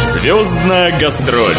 Звездная гастроль.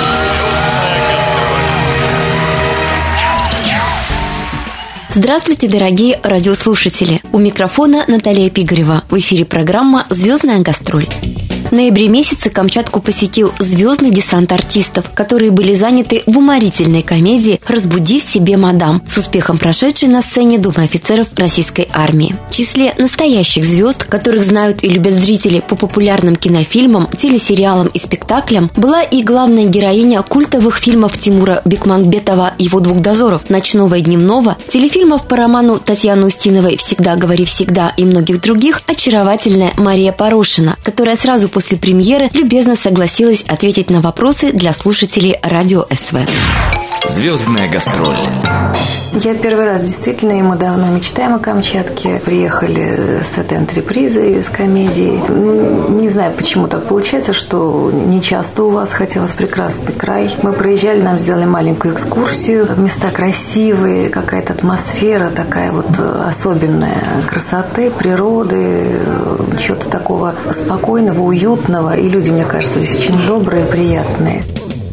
Здравствуйте, дорогие радиослушатели! У микрофона Наталья Пигарева. В эфире программа «Звездная гастроль». В ноябре месяце Камчатку посетил звездный десант артистов, которые были заняты в уморительной комедии «Разбуди в себе мадам», с успехом прошедшей на сцене Дома офицеров российской армии. В числе настоящих звезд, которых знают и любят зрители по популярным кинофильмам, телесериалам и спектаклям, была и главная героиня культовых фильмов Тимура Бекмамбетова «Его двух дозоров», «Ночного и дневного», телефильмов по роману Татьяны Устиновой «Всегда говори всегда» и многих других, очаровательная Мария Порошина, которая сразу после премьеры любезно согласилась ответить на вопросы для слушателей радио СВ. Звездная гастроль. Я первый раз действительно, и мы давно мечтаем о Камчатке. Приехали с этой антрепризой, из комедии. Не знаю, почему так получается, что не часто у вас, хотя у вас прекрасный край. Мы проезжали, нам сделали маленькую экскурсию. Места красивые, какая-то атмосфера такая вот особенная. Красоты, природы, чего-то такого спокойного, уютного. И люди, мне кажется, здесь очень добрые, приятные.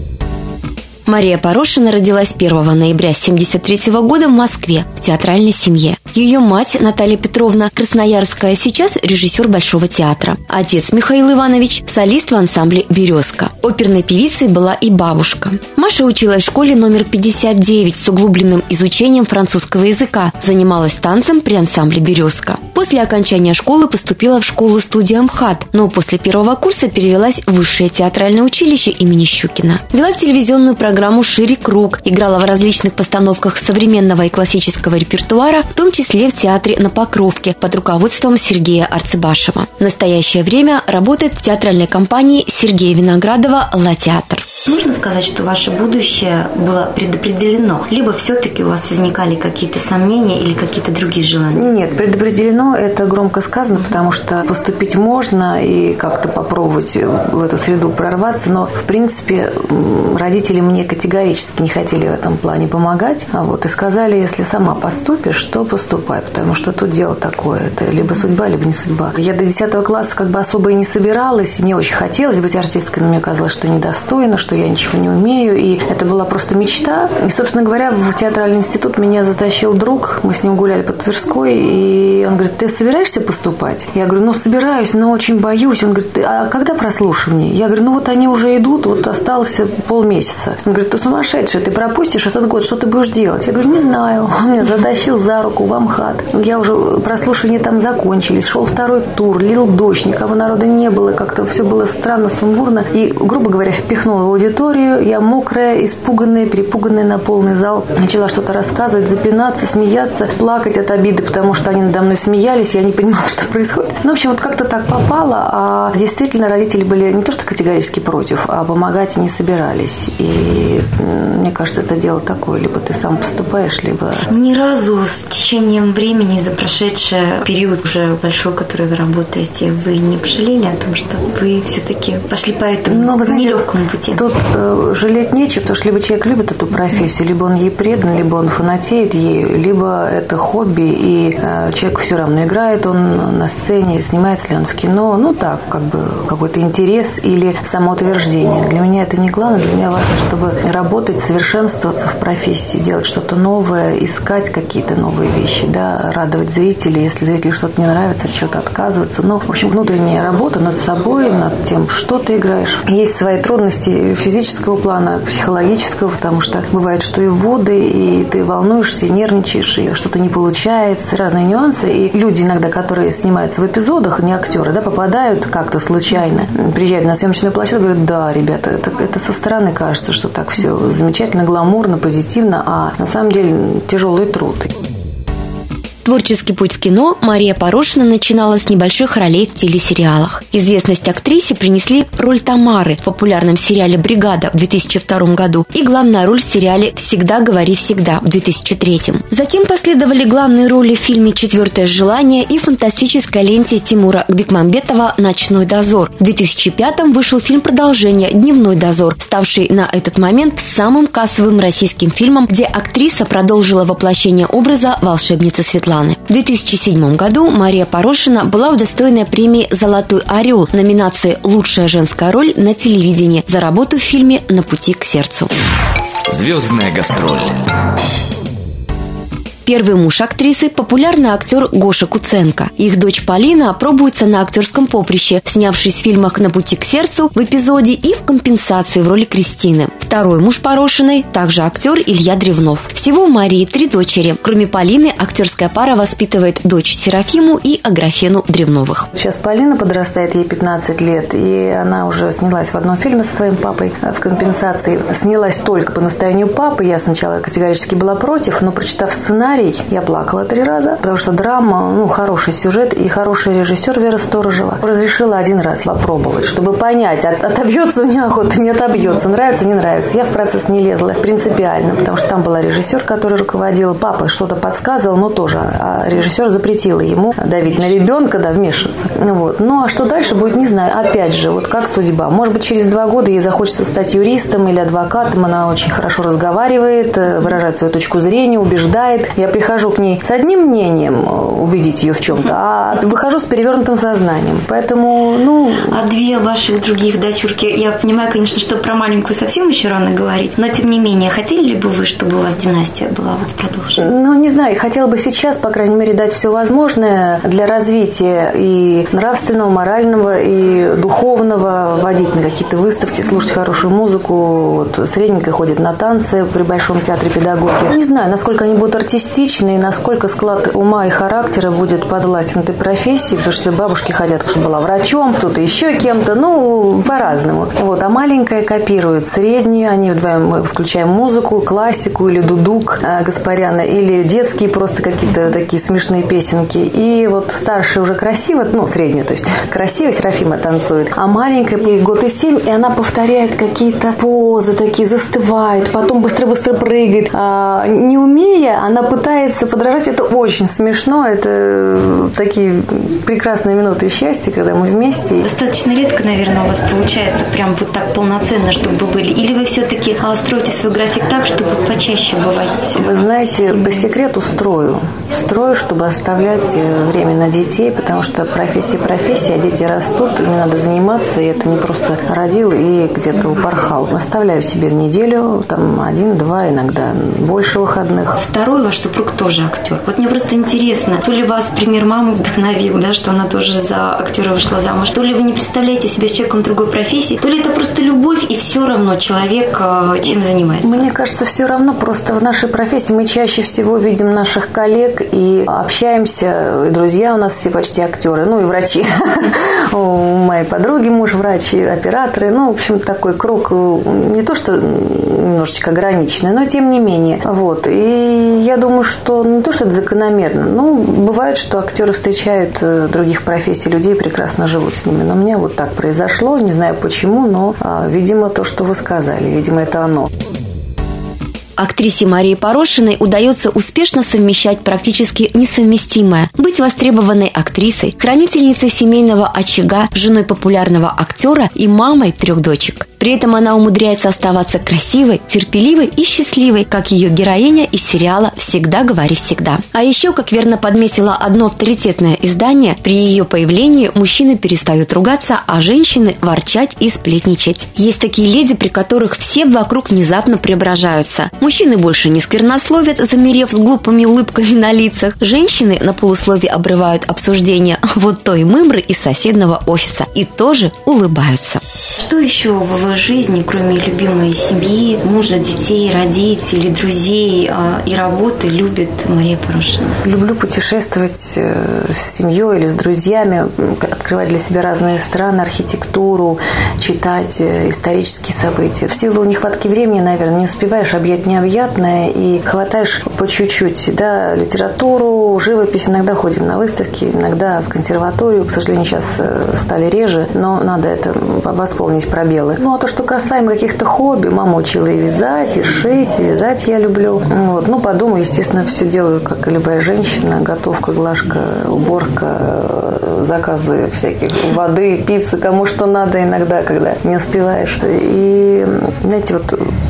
Мария Порошина родилась 1 ноября 1973 года в Москве в театральной семье. Ее мать Наталья Петровна Красноярская сейчас режиссер Большого театра. Отец Михаил Иванович – солист в ансамбле «Березка». Оперной певицей была и бабушка. Маша училась в школе номер 59 с углубленным изучением французского языка, занималась танцем при ансамбле «Березка». После окончания школы поступила в школу-студию МХАТ, но после первого курса перевелась в Высшее театральное училище имени Щукина. Вела телевизионную программу «Шире круг», играла в различных постановках современного и классического репертуара, в том числе в театре на Покровке под руководством Сергея Арцебашева. В настоящее время работает в театральной компании Сергея Виноградова «Ла-театр». Можно сказать, что ваше будущее было предопределено? Либо все-таки у вас возникали какие-то сомнения или какие-то другие желания? Нет, предопределено – это громко сказано, потому что поступить можно и как-то попробовать в эту среду прорваться, но, в принципе, родители мне категорически не хотели в этом плане помогать, и сказали, если сама поступишь, то поступай, потому что тут дело такое, это либо судьба, либо не судьба. Я до 10 класса особо и не собиралась, мне очень хотелось быть артисткой, но мне казалось, что недостойно, что я ничего не умею, и это была просто мечта. И, собственно говоря, в театральный институт меня затащил друг, мы с ним гуляли по Тверской, и он говорит: ты собираешься поступать? Я говорю: собираюсь, но очень боюсь. Он говорит: а когда прослушивание? Я говорю: они уже идут, осталось полмесяца. Он говорит: ты сумасшедший, ты пропустишь этот год, что ты будешь делать? Я говорю: не знаю. Он меня затащил за руку в МХАТ. Я уже, прослушивания там закончились, шел второй тур, лил дождь, никого народа не было, как-то все было странно, сумбурно. И, грубо говоря, впихнула в аудиторию, я мокрая, испуганная, перепуганная на полный зал. Начала что-то рассказывать, запинаться, смеяться, плакать от обиды, потому что они надо мной смеялись, я не понимала, что происходит. В общем, как-то так попало, а действительно родители были не то что категорически против, а помогать не собирались. И мне кажется, это дело такое, либо ты сам поступаешь, либо... Ни разу с течением времени за прошедший период уже большой, который вы работаете, вы не пожалели о том, что вы все-таки пошли по этому нелегкому пути? Тут жалеть нечего, потому что либо человек любит эту профессию, либо он ей предан, либо он фанатеет ею, либо это хобби, и человеку все равно, играет он на сцене, снимается ли он в кино, какой-то интерес или самоутверждение. Для меня это не главное, для меня важно, чтобы работать, совершенствоваться в профессии, делать что-то новое, искать какие-то новые вещи, радовать зрителей, если зрителю что-то не нравится, от чего-то отказываться. В общем, внутренняя работа над собой, над тем, что ты играешь. Есть свои трудности физического плана, психологического, потому что бывает, что и вводы, и ты волнуешься, и нервничаешь, и что-то не получается, разные нюансы. И люди иногда, которые снимаются в эпизодах, не актеры, попадают как-то случайно, приезжают на съемочную площадку, говорят: да, ребята, это со стороны кажется, что так все замечательно, гламурно, позитивно, а на самом деле тяжелый труд. Творческий путь в кино Мария Порошина начинала с небольших ролей в телесериалах. Известность актрисе принесли роль Тамары в популярном сериале «Бригада» в 2002 году и главная роль в сериале «Всегда говори всегда» в 2003. Затем последовали главные роли в фильме «Четвертое желание» и фантастической ленте Тимура Бекмамбетова «Ночной дозор». В 2005 вышел фильм продолжения «Дневной дозор», ставший на этот момент самым кассовым российским фильмом, где актриса продолжила воплощение образа волшебницы Светланы. планы. В 2007 году Мария Порошина была удостоена премии «Золотой орел» номинации «Лучшая женская роль на телевидении» за работу в фильме «На пути к сердцу». Звездная гастроль. Первый муж актрисы – популярный актер Гоша Куценко. Их дочь Полина пробуется на актерском поприще, снявшись в фильмах «На пути к сердцу», в эпизоде и в «Компенсации» в роли Кристины. Второй муж Порошиной – также актер Илья Древнов. Всего у Марии 3 дочери. Кроме Полины, актерская пара воспитывает дочь Серафиму и Аграфену Древновых. Сейчас Полина подрастает, ей 15 лет, и она уже снялась в одном фильме со своим папой в «Компенсации». Снялась только по настоянию папы. Я сначала категорически была против, но, прочитав сценарий, я плакала 3 раза, потому что драма, хороший сюжет и хороший режиссер Вера Сторожева. Разрешила 1 раз попробовать, чтобы понять, отобьется у нее охота, не отобьется, нравится, не нравится. Я в процесс не лезла принципиально, потому что там была режиссер, который руководил, папа что-то подсказывал, но тоже, а режиссер запретила ему давить на ребенка, вмешиваться. Ну, а что дальше будет, не знаю. Опять же, как судьба. Может быть, через 2 года ей захочется стать юристом или адвокатом, она очень хорошо разговаривает, выражает свою точку зрения, убеждает. Я прихожу к ней с одним мнением, убедить ее в чем-то, а выхожу с перевернутым сознанием. Поэтому, А 2 ваших других дочурки, я понимаю, конечно, что про маленькую совсем еще рано говорить, но тем не менее, хотели ли бы вы, чтобы у вас династия была продолжена? Не знаю, хотела бы сейчас, по крайней мере, дать все возможное для развития и нравственного, морального, и духовного, водить на какие-то выставки, слушать хорошую музыку. Средненькая ходит на танцы при Большом театре педагоги. Не знаю, насколько они будут артистичны, и насколько склад ума и характера будет подвластен этой профессии, потому что бабушки хотят, чтобы была врачом, кто-то еще кем-то, по-разному. А маленькая копирует среднюю, они вдвоем мы включаем музыку, классику или дудук Гаспаряна, или детские просто какие-то такие смешные песенки. И старшая уже красиво, средняя, то есть красиво Серафима танцует, а маленькая, ей 1 и 7 лет, и она повторяет какие-то позы такие, застывает, потом быстро-быстро прыгает. Не умея, она пытается подражать, это очень смешно, это такие прекрасные минуты счастья, когда мы вместе. Достаточно редко, наверное, у вас получается прям так полноценно, чтобы вы были, или вы все-таки строите свой график так, чтобы почаще бывать? Вы знаете, по секрету строю, чтобы оставлять время на детей, потому что профессия, а дети растут, ими надо заниматься, и это не просто родил и где-то упорхал. Оставляю себе в неделю, 1-2, иногда больше выходных. Второй ваш супруг тоже актер. Мне просто интересно, то ли вас пример мамы вдохновил, что она тоже за актера вышла замуж, то ли вы не представляете себя человеком другой профессии, то ли это просто любовь, и все равно человек чем занимается? Мне кажется, все равно, просто в нашей профессии мы чаще всего видим наших коллег и общаемся, и друзья у нас все почти актеры, и врачи. У моей подруги муж врач, и операторы, в общем, такой круг не то, что немножечко ограниченный, но тем не менее. И я думаю, что не то, что это закономерно, бывает, что актеры встречают других профессий людей, прекрасно живут с ними. Но у меня так произошло, не знаю почему, но, видимо, то, что вы сказали, видимо, это оно. Актрисе Марии Порошиной удается успешно совмещать практически несовместимое. Быть востребованной актрисой, хранительницей семейного очага, женой популярного актера и мамой 3 дочек. При этом она умудряется оставаться красивой, терпеливой и счастливой, как ее героиня из сериала «Всегда говори всегда». А еще, как верно подметило одно авторитетное издание, при ее появлении мужчины перестают ругаться, а женщины ворчать и сплетничать. Есть такие леди, при которых все вокруг внезапно преображаются. Мужчины больше не сквернословят, замерев с глупыми улыбками на лицах. Женщины на полусловие обрывают обсуждение той мымры из соседнего офиса и тоже улыбаются. Что еще в жизни, кроме любимой семьи, мужа, детей, родителей, друзей и работы, любит Мария Порошина? Люблю путешествовать с семьей или с друзьями, открывать для себя разные страны, архитектуру, читать исторические события. В силу нехватки времени, наверное, не успеваешь объять необъятное и хватаешь по чуть-чуть, литературу, живопись. Иногда ходим на выставки, иногда в консерваторию. К сожалению, сейчас стали реже, но надо это восполнить пробелы. А то, что касаемо каких-то хобби, мама учила и вязать, и шить, и вязать я люблю. По дому, естественно, все делаю, как и любая женщина. Готовка, глажка, уборка, заказы всяких воды, пиццы, кому что надо иногда, когда не успеваешь. И, знаете,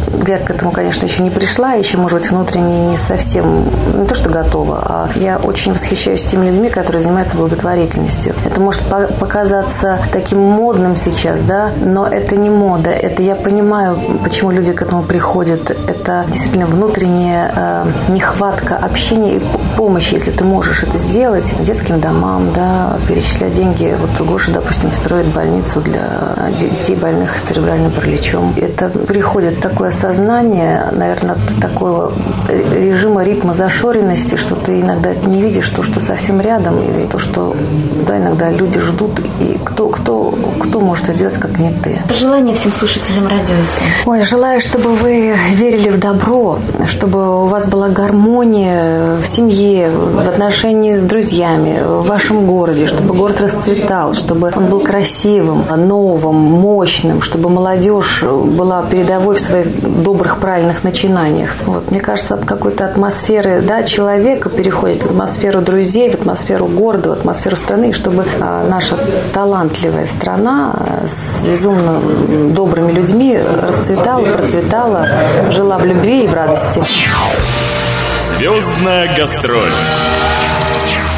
я к этому, конечно, еще не пришла, еще, может быть, внутренне не совсем, не то что готова, а я очень восхищаюсь теми людьми, которые занимаются благотворительностью. Это может показаться таким модным сейчас, да, но это не мода. Это я понимаю, почему люди к этому приходят. Это действительно внутренняя нехватка общения и помощи, если ты можешь это сделать, детским домам, да, перечислять деньги. Вот Гоша, допустим, строит больницу для детей, больных церебральным параличом. Это приходит такое осознание, наверное, от такого режима, ритма зашоренности, что ты иногда не видишь то, что совсем рядом, и то, что, да, иногда люди ждут, и кто может это сделать, как не ты. Пожелание всем слушателям радио СМ. Ой, желаю, чтобы вы верили в добро, чтобы у вас была гармония в семье, в отношении с друзьями, в вашем городе, чтобы город расцветал, чтобы он был красивым, новым, мощным, чтобы молодежь была передовой в своих добрых, правильных начинаниях. Вот, мне кажется, от какой-то атмосферы, да, человека переходит в атмосферу друзей, в атмосферу города, в атмосферу страны, чтобы наша талантливая страна с безумно добрыми людьми расцветала, процветала, жила в любви и в радости. Звездная гастроль.